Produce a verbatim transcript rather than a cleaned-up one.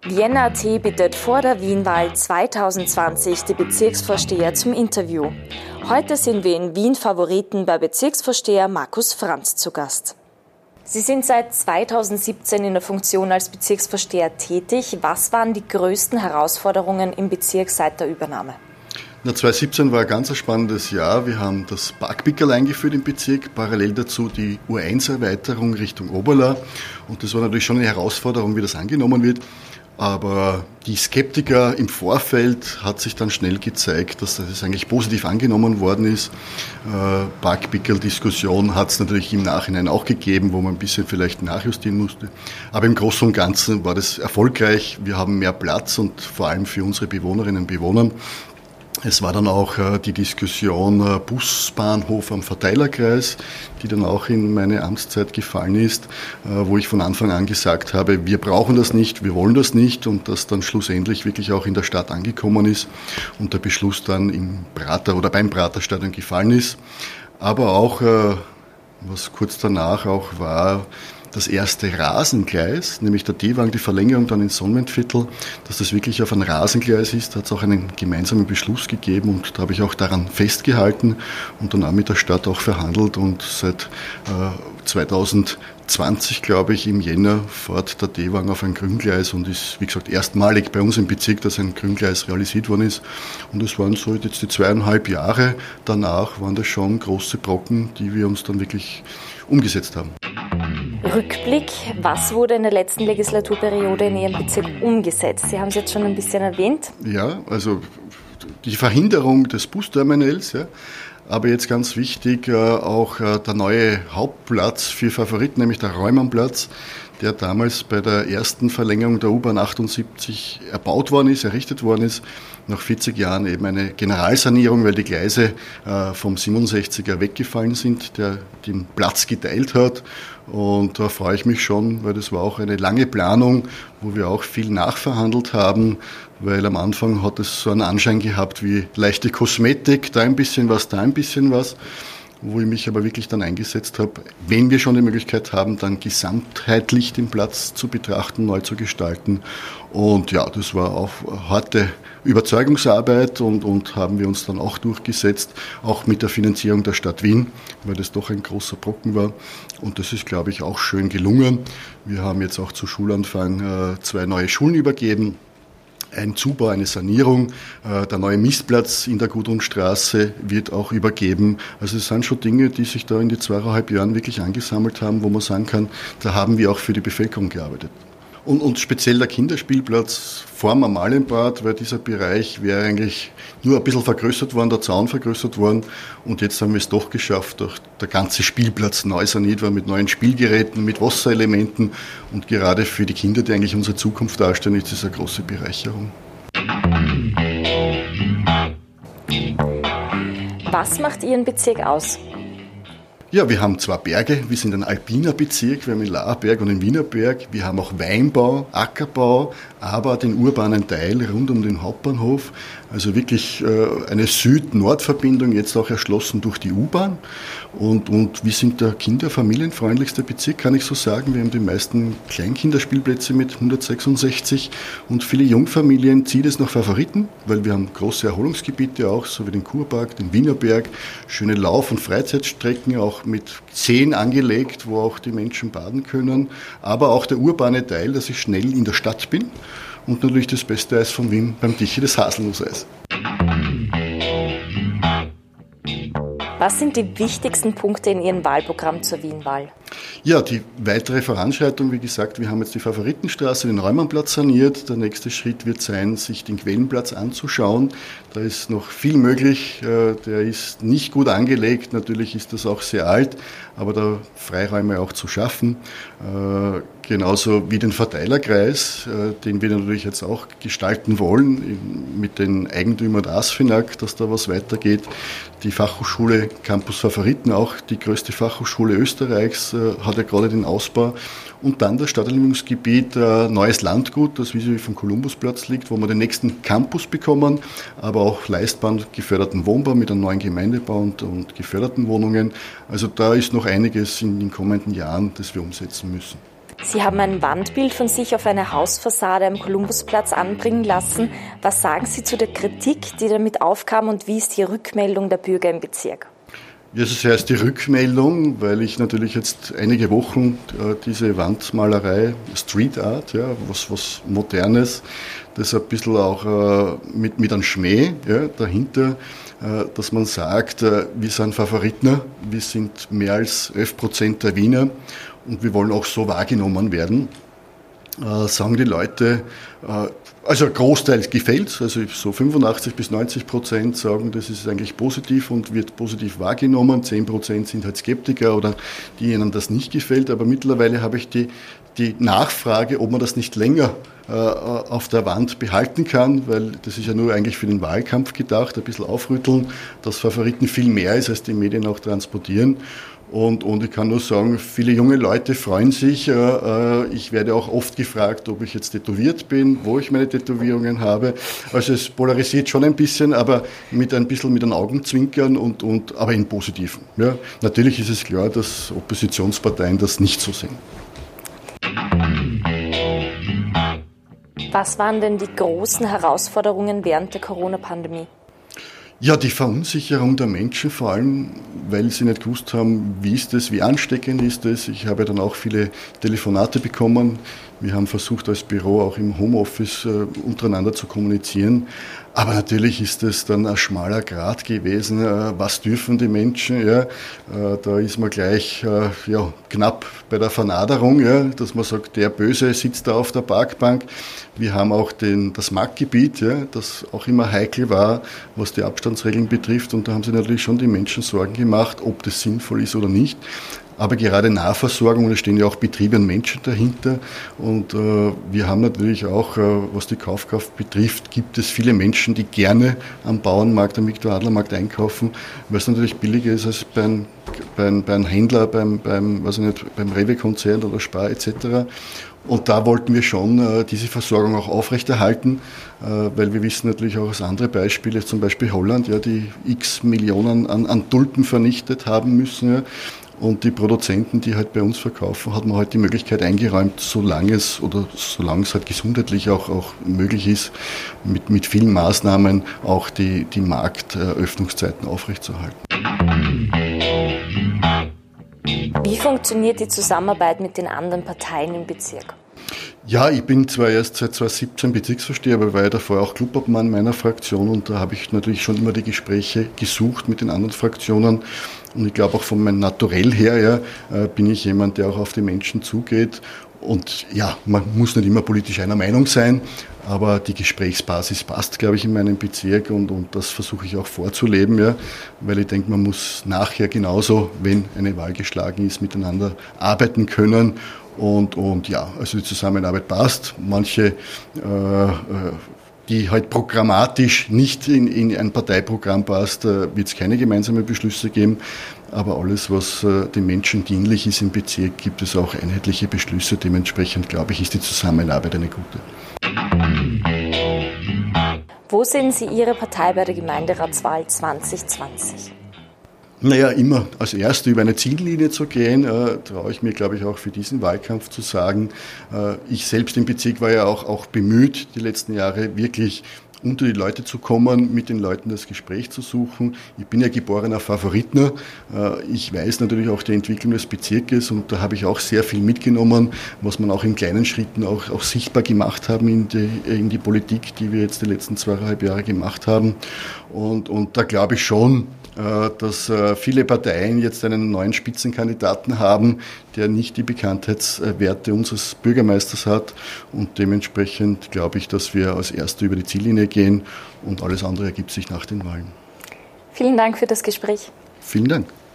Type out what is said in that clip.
Vienna Punkt at bittet vor der Wienwahl zwanzig zwanzig die Bezirksvorsteher zum Interview. Heute sind wir in Wien Favoriten bei Bezirksvorsteher Markus Franz zu Gast. Sie sind seit zweitausendsiebzehn in der Funktion als Bezirksvorsteher tätig. Was waren die größten Herausforderungen im Bezirk seit der Übernahme? Na, zweitausendsiebzehn war ein ganz spannendes Jahr. Wir haben das Parkpickerl eingeführt im Bezirk, parallel dazu die U eins Erweiterung Richtung Oberla. Und das war natürlich schon eine Herausforderung, wie das angenommen wird. Aber die Skeptiker im Vorfeld hat sich dann schnell gezeigt, dass das eigentlich positiv angenommen worden ist. Äh, Parkpickerl-Diskussion hat es natürlich im Nachhinein auch gegeben, wo man ein bisschen vielleicht nachjustieren musste. Aber im Großen und Ganzen war das erfolgreich. Wir haben mehr Platz und vor allem für unsere Bewohnerinnen und Bewohner. Es war dann auch äh, die Diskussion äh, Busbahnhof am Verteilerkreis, die dann auch in meine Amtszeit gefallen ist, äh, wo ich von Anfang an gesagt habe, wir brauchen das nicht, wir wollen das nicht, und das dann schlussendlich wirklich auch in der Stadt angekommen ist und der Beschluss dann im Prater oder beim Praterstadion gefallen ist. Aber auch, äh, was kurz danach auch war, das erste Rasengleis, nämlich der D-Wagen, die Verlängerung dann ins Sonnenviertel, dass das wirklich auf ein Rasengleis ist, da hat es auch einen gemeinsamen Beschluss gegeben und da habe ich auch daran festgehalten und dann auch mit der Stadt auch verhandelt und seit äh, zweitausendzwanzig, glaube ich, im Jänner fährt der D-Wagen auf ein Grüngleis und ist, wie gesagt, erstmalig bei uns im Bezirk, dass ein Grüngleis realisiert worden ist. Und es waren so jetzt die zweieinhalb Jahre danach, waren das schon große Brocken, die wir uns dann wirklich umgesetzt haben. Rückblick, was wurde in der letzten Legislaturperiode in Ihrem Bezirk umgesetzt? Sie haben es jetzt schon ein bisschen erwähnt. Ja, also die Verhinderung des Busterminals, ja, aber jetzt ganz wichtig, auch der neue Hauptplatz für Favoriten, nämlich der Reumannplatz, der damals bei der ersten Verlängerung der U-Bahn achtundsiebzig erbaut worden ist, errichtet worden ist. Nach vierzig Jahren eben eine Generalsanierung, weil die Gleise äh, vom siebenundsechziger weggefallen sind, der den Platz geteilt hat. Und da freue ich mich schon, weil das war auch eine lange Planung, wo wir auch viel nachverhandelt haben, weil am Anfang hat es so einen Anschein gehabt wie leichte Kosmetik, da ein bisschen was, da ein bisschen was. Wo ich mich aber wirklich dann eingesetzt habe, wenn wir schon die Möglichkeit haben, dann gesamtheitlich den Platz zu betrachten, neu zu gestalten. Und ja, das war auch harte Überzeugungsarbeit und, und haben wir uns dann auch durchgesetzt, auch mit der Finanzierung der Stadt Wien, weil das doch ein großer Brocken war. Und das ist, glaube ich, auch schön gelungen. Wir haben jetzt auch zu Schulanfang äh, zwei neue Schulen übergeben. Ein Zubau, eine Sanierung, der neue Mistplatz in der Gudrunstraße wird auch übergeben. Also es sind schon Dinge, die sich da in die zweieinhalb Jahren wirklich angesammelt haben, wo man sagen kann, da haben wir auch für die Bevölkerung gearbeitet. Und, und speziell der Kinderspielplatz vorm Amalienbad, weil dieser Bereich wäre eigentlich nur ein bisschen vergrößert worden, der Zaun vergrößert worden. Und jetzt haben wir es doch geschafft, dass der ganze Spielplatz neu saniert war mit neuen Spielgeräten, mit Wasserelementen. Und gerade für die Kinder, die eigentlich unsere Zukunft darstellen, ist das eine große Bereicherung. Was macht Ihren Bezirk aus? Ja, wir haben zwei Berge. Wir sind ein alpiner Bezirk. Wir haben den Laarberg und den Wienerberg. Wir haben auch Weinbau, Ackerbau, aber den urbanen Teil rund um den Hauptbahnhof. Also wirklich äh, eine Süd-Nord-Verbindung, jetzt auch erschlossen durch die U-Bahn. Und, und wir sind der kinderfamilienfreundlichste Bezirk, kann ich so sagen. Wir haben die meisten Kleinkinderspielplätze mit hundertsechsundsechzig und viele Jungfamilien ziehen es nach Favoriten, weil wir haben große Erholungsgebiete auch, so wie den Kurpark, den Wienerberg, schöne Lauf- und Freizeitstrecken, auch mit Seen angelegt, wo auch die Menschen baden können, aber auch der urbane Teil, dass ich schnell in der Stadt bin und natürlich das beste Eis von Wien beim Tichy, das Haselnusseis. Was sind die wichtigsten Punkte in Ihrem Wahlprogramm zur Wienwahl? Ja, die weitere Voranschreitung, wie gesagt, wir haben jetzt die Favoritenstraße, den Reumannplatz saniert. Der nächste Schritt wird sein, sich den Quellenplatz anzuschauen. Da ist noch viel möglich. Der ist nicht gut angelegt. Natürlich ist das auch sehr alt, aber da Freiräume auch zu schaffen. Genauso wie den Verteilerkreis, den wir natürlich jetzt auch gestalten wollen, mit den Eigentümern der ASFINAG, dass da was weitergeht. Die Fachhochschule Campus Favoriten, auch die größte Fachhochschule Österreichs, hat ja gerade den Ausbau. Und dann das Stadtentwicklungsgebiet äh, Neues Landgut, das wie vom Kolumbusplatz liegt, wo wir den nächsten Campus bekommen, aber auch leistbar geförderten Wohnbau mit einem neuen Gemeindebau und, und geförderten Wohnungen. Also da ist noch einiges in den kommenden Jahren, das wir umsetzen müssen. Sie haben ein Wandbild von sich auf einer Hausfassade am Kolumbusplatz anbringen lassen. Was sagen Sie zu der Kritik, die damit aufkam, und wie ist die Rückmeldung der Bürger im Bezirk? Ja, das heißt die Rückmeldung, weil ich natürlich jetzt einige Wochen äh, diese Wandmalerei, Street Art, ja, was, was Modernes, das ein bisschen auch äh, mit, mit einem Schmäh ja, dahinter, äh, dass man sagt, äh, wir sind Favoriten, wir sind mehr als elf Prozent der Wiener und wir wollen auch so wahrgenommen werden. Äh, sagen die Leute, äh, also ein Großteil gefällt, also so fünfundachtzig bis neunzig Prozent sagen, das ist eigentlich positiv und wird positiv wahrgenommen. zehn Prozent sind halt Skeptiker oder die, ihnen das nicht gefällt. Aber mittlerweile habe ich die, die Nachfrage, ob man das nicht länger äh, auf der Wand behalten kann, weil das ist ja nur eigentlich für den Wahlkampf gedacht, ein bisschen aufrütteln, dass Favoriten viel mehr ist, als die Medien auch transportieren. Und, und ich kann nur sagen, viele junge Leute freuen sich. Ich werde auch oft gefragt, ob ich jetzt tätowiert bin, wo ich meine Tätowierungen habe. Also es polarisiert schon ein bisschen, aber mit ein bisschen mit den Augenzwinkern und, und aber in Positiven. Ja, natürlich ist es klar, dass Oppositionsparteien das nicht so sehen. Was waren denn die großen Herausforderungen während der Corona-Pandemie? Ja, die Verunsicherung der Menschen, vor allem, weil sie nicht gewusst haben, wie ist es, wie ansteckend ist es. Ich habe dann auch viele Telefonate bekommen. Wir haben versucht, als Büro auch im Homeoffice äh, untereinander zu kommunizieren. Aber natürlich ist es dann ein schmaler Grat gewesen. Äh, was dürfen die Menschen? Ja, äh, da ist man gleich äh, ja, knapp bei der Vernaderung, ja, dass man sagt, der Böse sitzt da auf der Parkbank. Wir haben auch den, das Marktgebiet, ja, das auch immer heikel war, was die Abstandsregeln betrifft. Und da haben sich natürlich schon die Menschen Sorgen gemacht, ob das sinnvoll ist oder nicht. Aber gerade Nahversorgung, da stehen ja auch Betriebe und Menschen dahinter. Und äh, wir haben natürlich auch, äh, was die Kaufkraft betrifft, gibt es viele Menschen, die gerne am Bauernmarkt, am Viktor-Adler-Markt einkaufen, weil es natürlich billiger ist als beim, beim, beim Händler, beim, beim, weiß ich nicht, beim Rewe-Konzern oder Spar et cetera. Und da wollten wir schon äh, diese Versorgung auch aufrechterhalten, äh, weil wir wissen natürlich auch aus anderen Beispielen, zum Beispiel Holland, ja, die x Millionen an, an Tulpen vernichtet haben müssen. Ja. Und die Produzenten, die halt bei uns verkaufen, hat man halt die Möglichkeit eingeräumt, solange es oder solange es halt gesundheitlich auch, auch möglich ist, mit, mit vielen Maßnahmen auch die, die Marktöffnungszeiten aufrechtzuerhalten. Wie funktioniert die Zusammenarbeit mit den anderen Parteien im Bezirk? Ja, ich bin zwar erst seit zweitausendsiebzehn Bezirksvorsteher, aber war ja davor auch Clubobmann meiner Fraktion und da habe ich natürlich schon immer die Gespräche gesucht mit den anderen Fraktionen. Und ich glaube auch von meinem Naturell her ja, bin ich jemand, der auch auf die Menschen zugeht. Und ja, man muss nicht immer politisch einer Meinung sein, aber die Gesprächsbasis passt, glaube ich, in meinem Bezirk und, und das versuche ich auch vorzuleben, ja, weil ich denke, man muss nachher genauso, wenn eine Wahl geschlagen ist, miteinander arbeiten können. Und, und ja, also die Zusammenarbeit passt. Manche, äh, die halt programmatisch nicht in, in ein Parteiprogramm passt, äh, wird es keine gemeinsamen Beschlüsse geben. Aber alles, was äh, den Menschen dienlich ist im Bezirk, gibt es auch einheitliche Beschlüsse. Dementsprechend, glaube ich, ist die Zusammenarbeit eine gute. Wo sehen Sie Ihre Partei bei der Gemeinderatswahl zwanzig zwanzig? Naja, immer als Erste über eine Ziellinie zu gehen, äh, traue ich mir, glaube ich, auch für diesen Wahlkampf zu sagen. Äh, ich selbst im Bezirk war ja auch, auch bemüht, die letzten Jahre wirklich unter die Leute zu kommen, mit den Leuten das Gespräch zu suchen. Ich bin ja geborener Favoritner. Ich weiß natürlich auch die Entwicklung des Bezirkes und da habe ich auch sehr viel mitgenommen, was man auch in kleinen Schritten auch, auch sichtbar gemacht haben in die, in die Politik, die wir jetzt die letzten zweieinhalb Jahre gemacht haben. Und, und da glaube ich schon, dass viele Parteien jetzt einen neuen Spitzenkandidaten haben, der nicht die Bekanntheitswerte unseres Bürgermeisters hat. Und dementsprechend glaube ich, dass wir als Erste über die Ziellinie gehen und alles andere ergibt sich nach den Wahlen. Vielen Dank für das Gespräch. Vielen Dank.